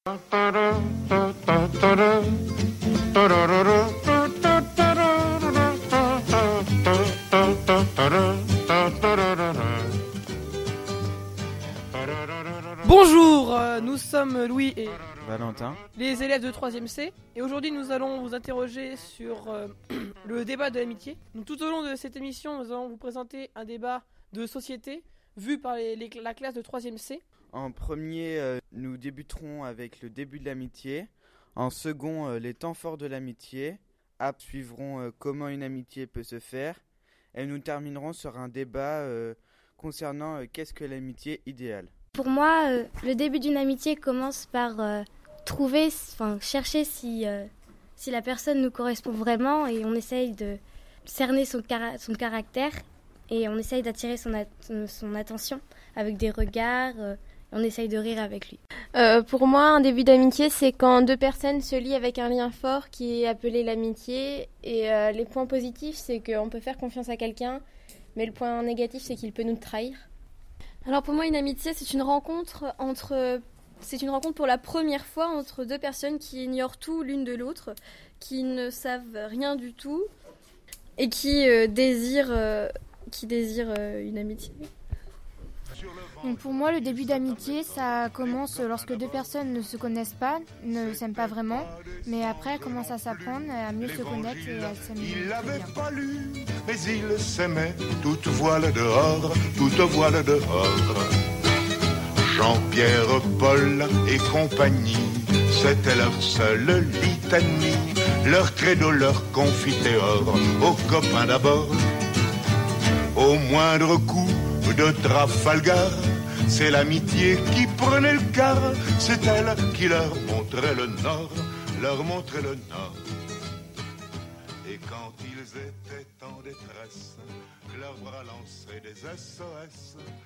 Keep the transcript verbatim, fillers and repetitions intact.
Bonjour, euh, nous sommes Louis et Valentin, les élèves de troisième C, et aujourd'hui nous allons vous interroger sur euh, le débat de l'amitié. Donc, tout au long de cette émission, nous allons vous présenter un débat de société vu par les, les, la classe de troisième C. en premier, euh, nous débuterons avec le début de l'amitié. En second, euh, les temps forts de l'amitié. Après, suivront euh, comment une amitié peut se faire. Et nous terminerons sur un débat euh, concernant euh, qu'est-ce que l'amitié idéale. Pour moi, euh, le début d'une amitié commence par euh, trouver, enfin chercher si, euh, si la personne nous correspond vraiment, et on essaye de cerner son, cara- son caractère et on essaye d'attirer son, at- son attention avec des regards, euh, et on essaye de rire avec lui. Euh, pour moi, un début d'amitié, c'est quand deux personnes se lient avec un lien fort qui est appelé l'amitié. Et euh, les points positifs, c'est qu'on peut faire confiance à quelqu'un, mais le point négatif, c'est qu'il peut nous trahir. Alors pour moi, une amitié, c'est une rencontre entre, c'est une rencontre pour la première fois entre deux personnes qui ignorent tout l'une de l'autre, qui ne savent rien du tout et qui euh, désirent, euh, qui désirent euh, une amitié. Donc pour moi, le début d'amitié, ça commence lorsque deux personnes ne se connaissent pas, ne s'aiment pas vraiment, mais après elles commencent à s'apprendre, à mieux se connaître et à s'aimer. Il l'avait pas lu, mais il s'aimait, toute voile dehors, toute voile dehors. Jean-Pierre, Paul et compagnie, c'était leur seule litanie, leur credo, leur confiteor, aux copains d'abord. Au moindre coup de Trafalgar, c'est l'amitié qui prenait le quart, c'est elle qui leur montrait le nord, leur montrait le nord. Et quand ils étaient en détresse, leurs bras lançaient des S O S.